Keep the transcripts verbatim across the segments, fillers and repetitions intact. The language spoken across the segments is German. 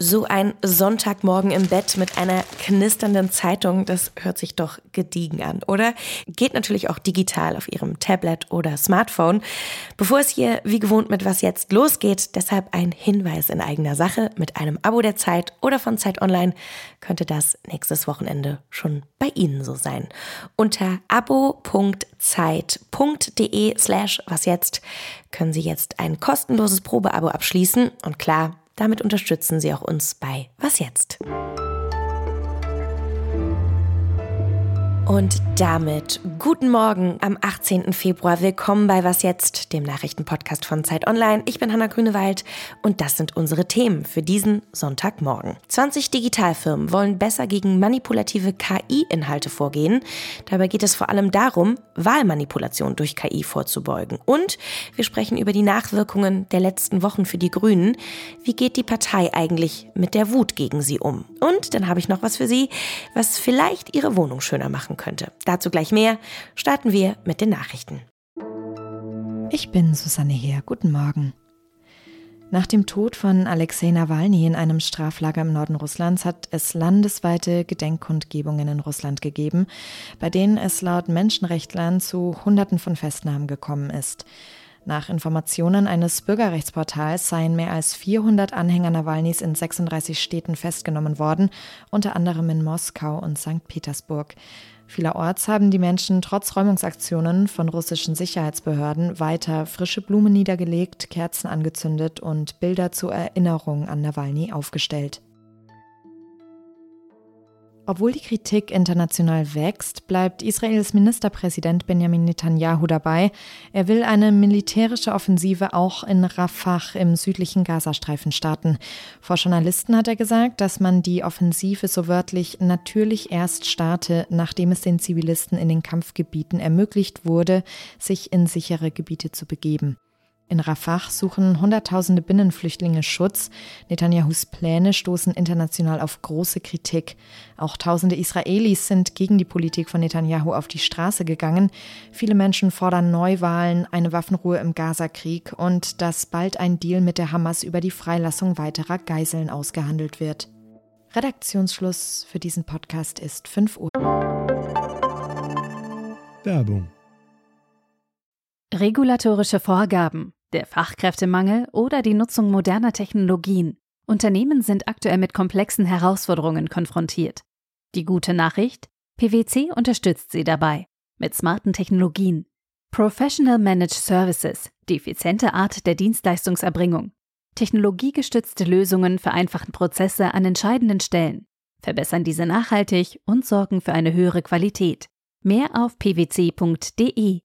So ein Sonntagmorgen im Bett mit einer knisternden Zeitung, das hört sich doch gediegen an, oder? Geht natürlich auch digital auf Ihrem Tablet oder Smartphone. Bevor es hier wie gewohnt mit Was jetzt losgeht, deshalb ein Hinweis in eigener Sache. Mit einem Abo der Zeit oder von Zeit Online könnte das nächstes Wochenende schon bei Ihnen so sein. Unter abo.zeit.de slash was jetzt können Sie jetzt ein kostenloses Probeabo abschließen und klar, damit unterstützen Sie auch uns bei Was jetzt? Und damit guten Morgen am achtzehnten Februar. Willkommen bei Was jetzt, dem Nachrichtenpodcast von Zeit Online. Ich bin Hanna Grünewald und das sind unsere Themen für diesen Sonntagmorgen. zwanzig Digitalfirmen wollen besser gegen manipulative K I-Inhalte vorgehen. Dabei geht es vor allem darum, Wahlmanipulation durch K I vorzubeugen. Und wir sprechen über die Nachwirkungen der letzten Wochen für die Grünen. Wie geht die Partei eigentlich mit der Wut gegen sie um? Und dann habe ich noch was für Sie, was vielleicht Ihre Wohnung schöner machen könnte. Dazu gleich mehr. Starten wir mit den Nachrichten. Ich bin Susanne Heer. Guten Morgen. Nach dem Tod von Alexei Nawalny in einem Straflager im Norden Russlands hat es landesweite Gedenkkundgebungen in Russland gegeben, bei denen es laut Menschenrechtlern zu Hunderten von Festnahmen gekommen ist. Nach Informationen eines Bürgerrechtsportals seien mehr als vierhundert Anhänger Nawalnys in sechsunddreißig Städten festgenommen worden, unter anderem in Moskau und Sankt Petersburg. Vielerorts haben die Menschen trotz Räumungsaktionen von russischen Sicherheitsbehörden weiter frische Blumen niedergelegt, Kerzen angezündet und Bilder zur Erinnerung an Nawalny aufgestellt. Obwohl die Kritik international wächst, bleibt Israels Ministerpräsident Benjamin Netanyahu dabei. Er will eine militärische Offensive auch in Rafah im südlichen Gazastreifen starten. Vor Journalisten hat er gesagt, dass man die Offensive so wörtlich natürlich erst starte, nachdem es den Zivilisten in den Kampfgebieten ermöglicht wurde, sich in sichere Gebiete zu begeben. In Rafah suchen Hunderttausende Binnenflüchtlinge Schutz. Netanyahus Pläne stoßen international auf große Kritik. Auch tausende Israelis sind gegen die Politik von Netanyahu auf die Straße gegangen. Viele Menschen fordern Neuwahlen, eine Waffenruhe im Gazakrieg und dass bald ein Deal mit der Hamas über die Freilassung weiterer Geiseln ausgehandelt wird. Redaktionsschluss für diesen Podcast ist fünf Uhr. Werbung. Regulatorische Vorgaben, der Fachkräftemangel oder die Nutzung moderner Technologien. Unternehmen sind aktuell mit komplexen Herausforderungen konfrontiert. Die gute Nachricht? PwC unterstützt sie dabei. Mit smarten Technologien. Professional Managed Services, die effiziente Art der Dienstleistungserbringung. Technologiegestützte Lösungen vereinfachen Prozesse an entscheidenden Stellen, verbessern diese nachhaltig und sorgen für eine höhere Qualität. Mehr auf p w c punkt d e.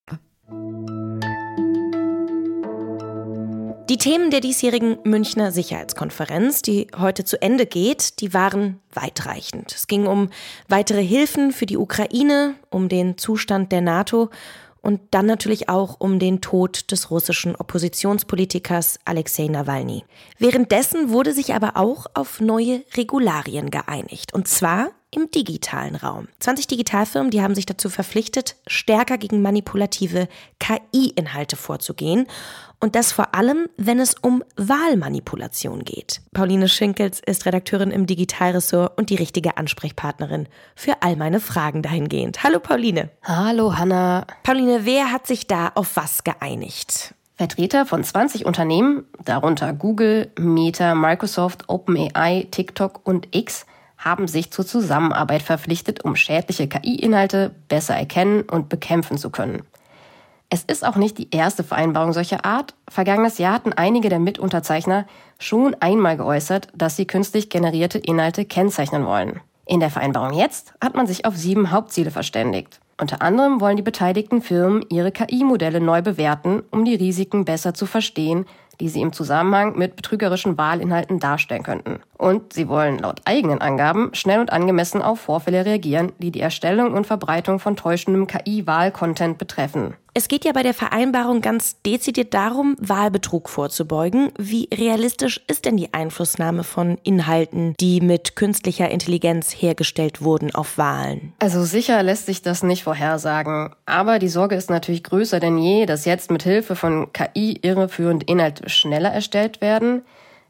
Die Themen der diesjährigen Münchner Sicherheitskonferenz, die heute zu Ende geht, die waren weitreichend. Es ging um weitere Hilfen für die Ukraine, um den Zustand der NATO und dann natürlich auch um den Tod des russischen Oppositionspolitikers Alexei Nawalny. Währenddessen wurde sich aber auch auf neue Regularien geeinigt, und zwar im digitalen Raum. zwanzig Digitalfirmen, die haben sich dazu verpflichtet, stärker gegen manipulative K I-Inhalte vorzugehen. Und das vor allem, wenn es um Wahlmanipulation geht. Pauline Schinkels ist Redakteurin im Digitalressort und die richtige Ansprechpartnerin für all meine Fragen dahingehend. Hallo Pauline. Hallo Hanna. Pauline, wer hat sich da auf was geeinigt? Vertreter von zwanzig Unternehmen, darunter Google, Meta, Microsoft, OpenAI, TikTok und X, haben sich zur Zusammenarbeit verpflichtet, um schädliche K I-Inhalte besser erkennen und bekämpfen zu können. Es ist auch nicht die erste Vereinbarung solcher Art. Vergangenes Jahr hatten einige der Mitunterzeichner schon einmal geäußert, dass sie künstlich generierte Inhalte kennzeichnen wollen. In der Vereinbarung jetzt hat man sich auf sieben Hauptziele verständigt. Unter anderem wollen die beteiligten Firmen ihre K I-Modelle neu bewerten, um die Risiken besser zu verstehen, die sie im Zusammenhang mit betrügerischen Wahlinhalten darstellen könnten. Und sie wollen laut eigenen Angaben schnell und angemessen auf Vorfälle reagieren, die die Erstellung und Verbreitung von täuschendem K I-Wahl-Content betreffen. Es geht ja bei der Vereinbarung ganz dezidiert darum, Wahlbetrug vorzubeugen. Wie realistisch ist denn die Einflussnahme von Inhalten, die mit künstlicher Intelligenz hergestellt wurden, auf Wahlen? Also sicher lässt sich das nicht vorhersagen. Aber die Sorge ist natürlich größer denn je, dass jetzt mit Hilfe von K I irreführende Inhalte schneller erstellt werden.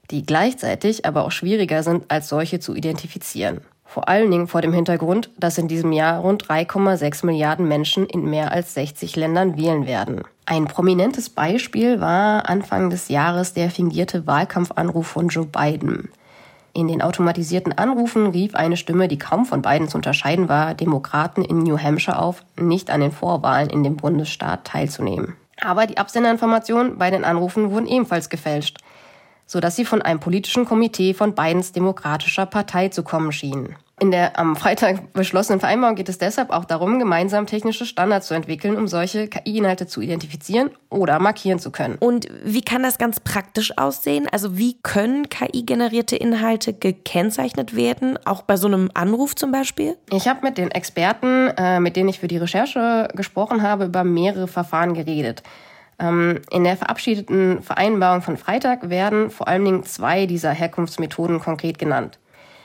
die gleichzeitig aber auch schwieriger sind, als solche zu identifizieren. Vor allen Dingen vor dem Hintergrund, dass in diesem Jahr rund drei Komma sechs Milliarden Menschen in mehr als sechzig Ländern wählen werden. Ein prominentes Beispiel war Anfang des Jahres der fingierte Wahlkampfanruf von Joe Biden. In den automatisierten Anrufen rief eine Stimme, die kaum von Biden zu unterscheiden war, Demokraten in New Hampshire auf, nicht an den Vorwahlen in dem Bundesstaat teilzunehmen. Aber die Absenderinformationen bei den Anrufen wurden ebenfalls gefälscht, sodass sie von einem politischen Komitee von Bidens Demokratischer Partei zu kommen schienen. In der am Freitag beschlossenen Vereinbarung geht es deshalb auch darum, gemeinsam technische Standards zu entwickeln, um solche K I-Inhalte zu identifizieren oder markieren zu können. Und wie kann das ganz praktisch aussehen? Also wie können K I-generierte Inhalte gekennzeichnet werden, auch bei so einem Anruf zum Beispiel? Ich habe mit den Experten, äh, mit denen ich für die Recherche gesprochen habe, über mehrere Verfahren geredet. Ähm, in der verabschiedeten Vereinbarung von Freitag werden vor allen Dingen zwei dieser Herkunftsmethoden konkret genannt.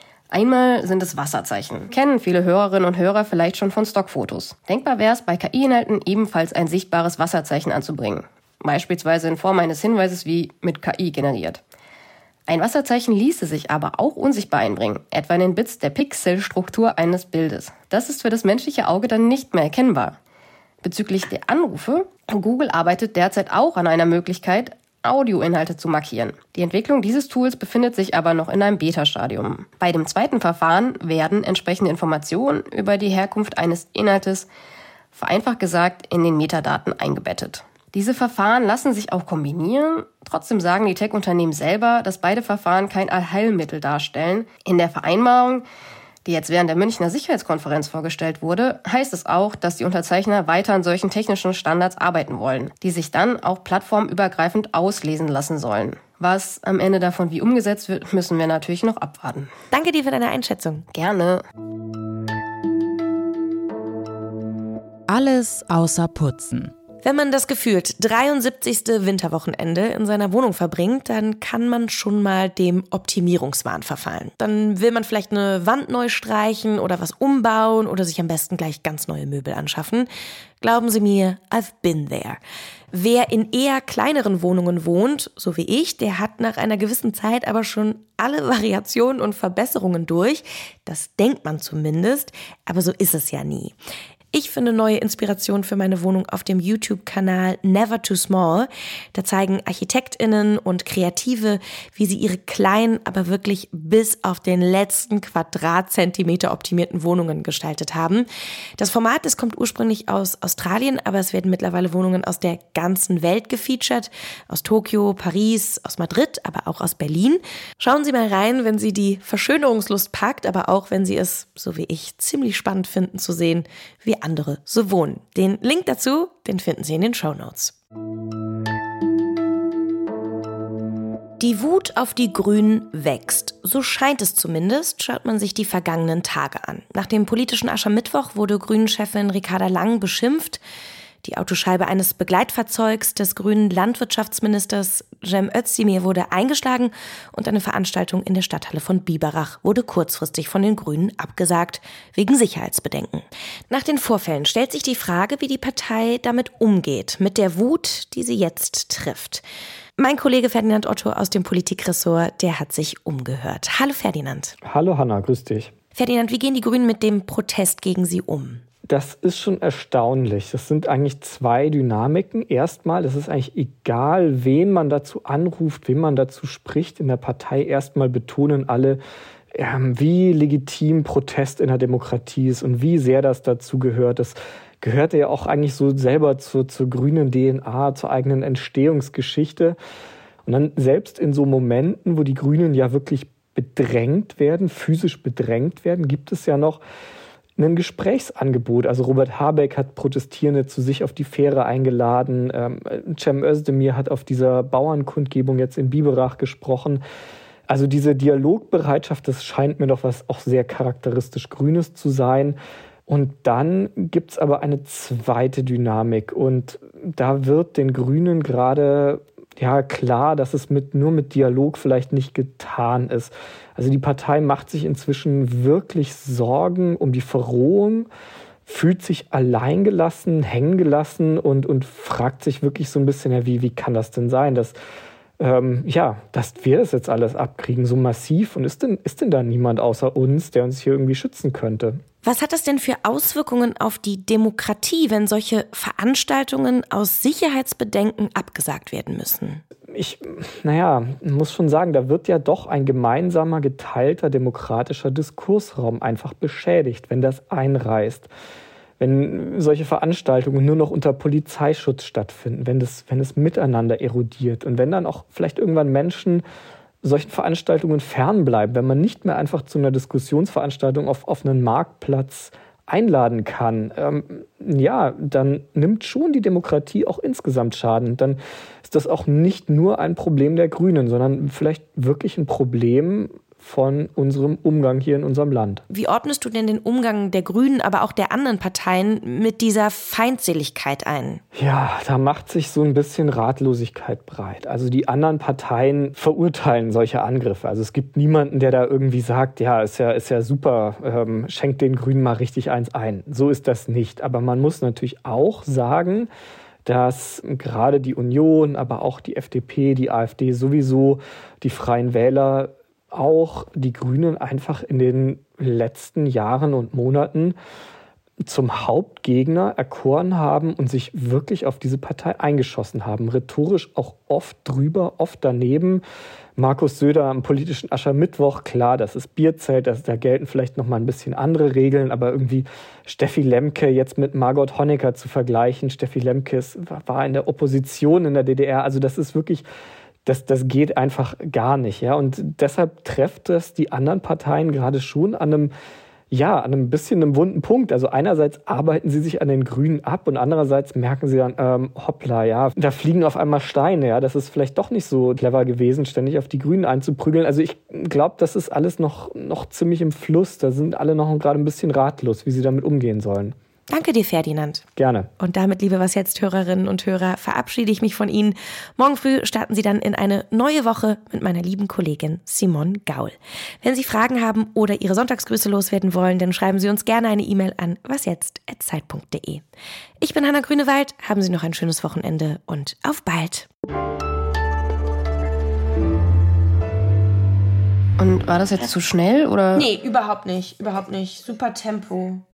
Einmal sind es Wasserzeichen. Kennen viele Hörerinnen und Hörer vielleicht schon von Stockfotos. Denkbar wäre es, bei K I-Inhalten ebenfalls ein sichtbares Wasserzeichen anzubringen. Beispielsweise in Form eines Hinweises wie mit K I generiert. Ein Wasserzeichen ließe sich aber auch unsichtbar einbringen, etwa in den Bits der Pixelstruktur eines Bildes. Das ist für das menschliche Auge dann nicht mehr erkennbar. Bezüglich der Anrufe, Google arbeitet derzeit auch an einer Möglichkeit, Audioinhalte zu markieren. Die Entwicklung dieses Tools befindet sich aber noch in einem Beta-Stadium. Bei dem zweiten Verfahren werden entsprechende Informationen über die Herkunft eines Inhaltes, vereinfacht gesagt, in den Metadaten eingebettet. Diese Verfahren lassen sich auch kombinieren. Trotzdem sagen die Tech-Unternehmen selber, dass beide Verfahren kein Allheilmittel darstellen. In der Vereinbarung, die jetzt während der Münchner Sicherheitskonferenz vorgestellt wurde, heißt es auch, dass die Unterzeichner weiter an solchen technischen Standards arbeiten wollen, die sich dann auch plattformübergreifend auslesen lassen sollen. Was am Ende davon wie umgesetzt wird, müssen wir natürlich noch abwarten. Danke dir für deine Einschätzung. Gerne. Alles außer Putzen. Wenn man das gefühlt dreiundsiebzigste Winterwochenende in seiner Wohnung verbringt, dann kann man schon mal dem Optimierungswahn verfallen. Dann will man vielleicht eine Wand neu streichen oder was umbauen oder sich am besten gleich ganz neue Möbel anschaffen. Glauben Sie mir, I've been there. Wer in eher kleineren Wohnungen wohnt, so wie ich, der hat nach einer gewissen Zeit aber schon alle Variationen und Verbesserungen durch. Das denkt man zumindest, aber so ist es ja nie. Ich finde neue Inspiration für meine Wohnung auf dem YouTube-Kanal Never Too Small. Da zeigen ArchitektInnen und Kreative, wie sie ihre kleinen, aber wirklich bis auf den letzten Quadratzentimeter optimierten Wohnungen gestaltet haben. Das Format, das kommt ursprünglich aus Australien, aber es werden mittlerweile Wohnungen aus der ganzen Welt gefeatured. Aus Tokio, Paris, aus Madrid, aber auch aus Berlin. Schauen Sie mal rein, wenn Sie die Verschönerungslust packt, aber auch wenn Sie es, so wie ich, ziemlich spannend finden zu sehen, wie andere so wohnen. Den Link dazu, den finden Sie in den Shownotes. Die Wut auf die Grünen wächst. So scheint es zumindest, schaut man sich die vergangenen Tage an. Nach dem politischen Aschermittwoch wurde Grünen-Chefin Ricarda Lang beschimpft. Die Autoscheibe eines Begleitfahrzeugs des grünen Landwirtschaftsministers Cem Özdemir wurde eingeschlagen und eine Veranstaltung in der Stadthalle von Biberach wurde kurzfristig von den Grünen abgesagt, wegen Sicherheitsbedenken. Nach den Vorfällen stellt sich die Frage, wie die Partei damit umgeht, mit der Wut, die sie jetzt trifft. Mein Kollege Ferdinand Otto aus dem Politikressort, der hat sich umgehört. Hallo Ferdinand. Hallo Hanna, grüß dich. Ferdinand, wie gehen die Grünen mit dem Protest gegen sie um? Das ist schon erstaunlich. Das sind eigentlich zwei Dynamiken. Erstmal, es ist eigentlich egal, wen man dazu anruft, wen man dazu spricht in der Partei. Erstmal betonen alle, ähm, wie legitim Protest in der Demokratie ist und wie sehr das dazu gehört. Das gehört ja auch eigentlich so selber zur, zur grünen D N A, zur eigenen Entstehungsgeschichte. Und dann selbst in so Momenten, wo die Grünen ja wirklich bedrängt werden, physisch bedrängt werden, gibt es ja noch ein Gesprächsangebot. Also Robert Habeck hat Protestierende zu sich auf die Fähre eingeladen. Ähm, Cem Özdemir hat auf dieser Bauernkundgebung jetzt in Biberach gesprochen. Also diese Dialogbereitschaft, das scheint mir doch was auch sehr charakteristisch Grünes zu sein. Und dann gibt's aber eine zweite Dynamik. Und da wird den Grünen gerade ja klar, dass es mit, nur mit Dialog vielleicht nicht getan ist. Also die Partei macht sich inzwischen wirklich Sorgen um die Verrohung, fühlt sich alleingelassen, hängen gelassen und, und fragt sich wirklich so ein bisschen, ja, wie, wie kann das denn sein, dass ähm, ja, dass wir das jetzt alles abkriegen, so massiv. Und ist denn, ist denn da niemand außer uns, der uns hier irgendwie schützen könnte? Was hat das denn für Auswirkungen auf die Demokratie, wenn solche Veranstaltungen aus Sicherheitsbedenken abgesagt werden müssen? Ich, naja, muss schon sagen, da wird ja doch ein gemeinsamer, geteilter demokratischer Diskursraum einfach beschädigt, wenn das einreißt. Wenn solche Veranstaltungen nur noch unter Polizeischutz stattfinden, wenn das, wenn es miteinander erodiert und wenn dann auch vielleicht irgendwann Menschen solchen Veranstaltungen fernbleiben, wenn man nicht mehr einfach zu einer Diskussionsveranstaltung auf offenen Marktplatz einladen kann, ähm, ja, dann nimmt schon die Demokratie auch insgesamt Schaden. Dann ist das auch nicht nur ein Problem der Grünen, sondern vielleicht wirklich ein Problem von unserem Umgang hier in unserem Land. Wie ordnest du denn den Umgang der Grünen, aber auch der anderen Parteien mit dieser Feindseligkeit ein? Ja, da macht sich so ein bisschen Ratlosigkeit breit. Also die anderen Parteien verurteilen solche Angriffe. Also es gibt niemanden, der da irgendwie sagt, ja, ist ja, ist ja super, ähm, schenkt den Grünen mal richtig eins ein. So ist das nicht. Aber man muss natürlich auch sagen, dass gerade die Union, aber auch die F D P, die AfD sowieso, die Freien Wähler, auch die Grünen einfach in den letzten Jahren und Monaten zum Hauptgegner erkoren haben und sich wirklich auf diese Partei eingeschossen haben. Rhetorisch auch oft drüber, oft daneben. Markus Söder am politischen Aschermittwoch, klar, das ist Bierzelt, das, da gelten vielleicht noch mal ein bisschen andere Regeln, aber irgendwie Steffi Lemke jetzt mit Margot Honecker zu vergleichen. Steffi Lemke ist, war in der Opposition in der D D R, also das ist wirklich... Das, das geht einfach gar nicht. Ja? Und deshalb trifft das die anderen Parteien gerade schon an einem, ja, an einem bisschen einem wunden Punkt. Also einerseits arbeiten sie sich an den Grünen ab und andererseits merken sie dann, ähm, hoppla, ja, da fliegen auf einmal Steine. Ja? Das ist vielleicht doch nicht so clever gewesen, ständig auf die Grünen einzuprügeln. Also ich glaube, das ist alles noch, noch ziemlich im Fluss. Da sind alle noch gerade ein bisschen ratlos, wie sie damit umgehen sollen. Danke dir, Ferdinand. Gerne. Und damit, liebe Was jetzt Hörerinnen und Hörer, verabschiede ich mich von Ihnen. Morgen früh starten Sie dann in eine neue Woche mit meiner lieben Kollegin Simone Gaul. Wenn Sie Fragen haben oder Ihre Sonntagsgrüße loswerden wollen, dann schreiben Sie uns gerne eine E-Mail an wasjetzt at zeit punkt de. Ich bin Hanna Grünewald. Haben Sie noch ein schönes Wochenende und auf bald. Und war das jetzt zu schnell, oder? Nee, überhaupt nicht. Überhaupt nicht. Super Tempo.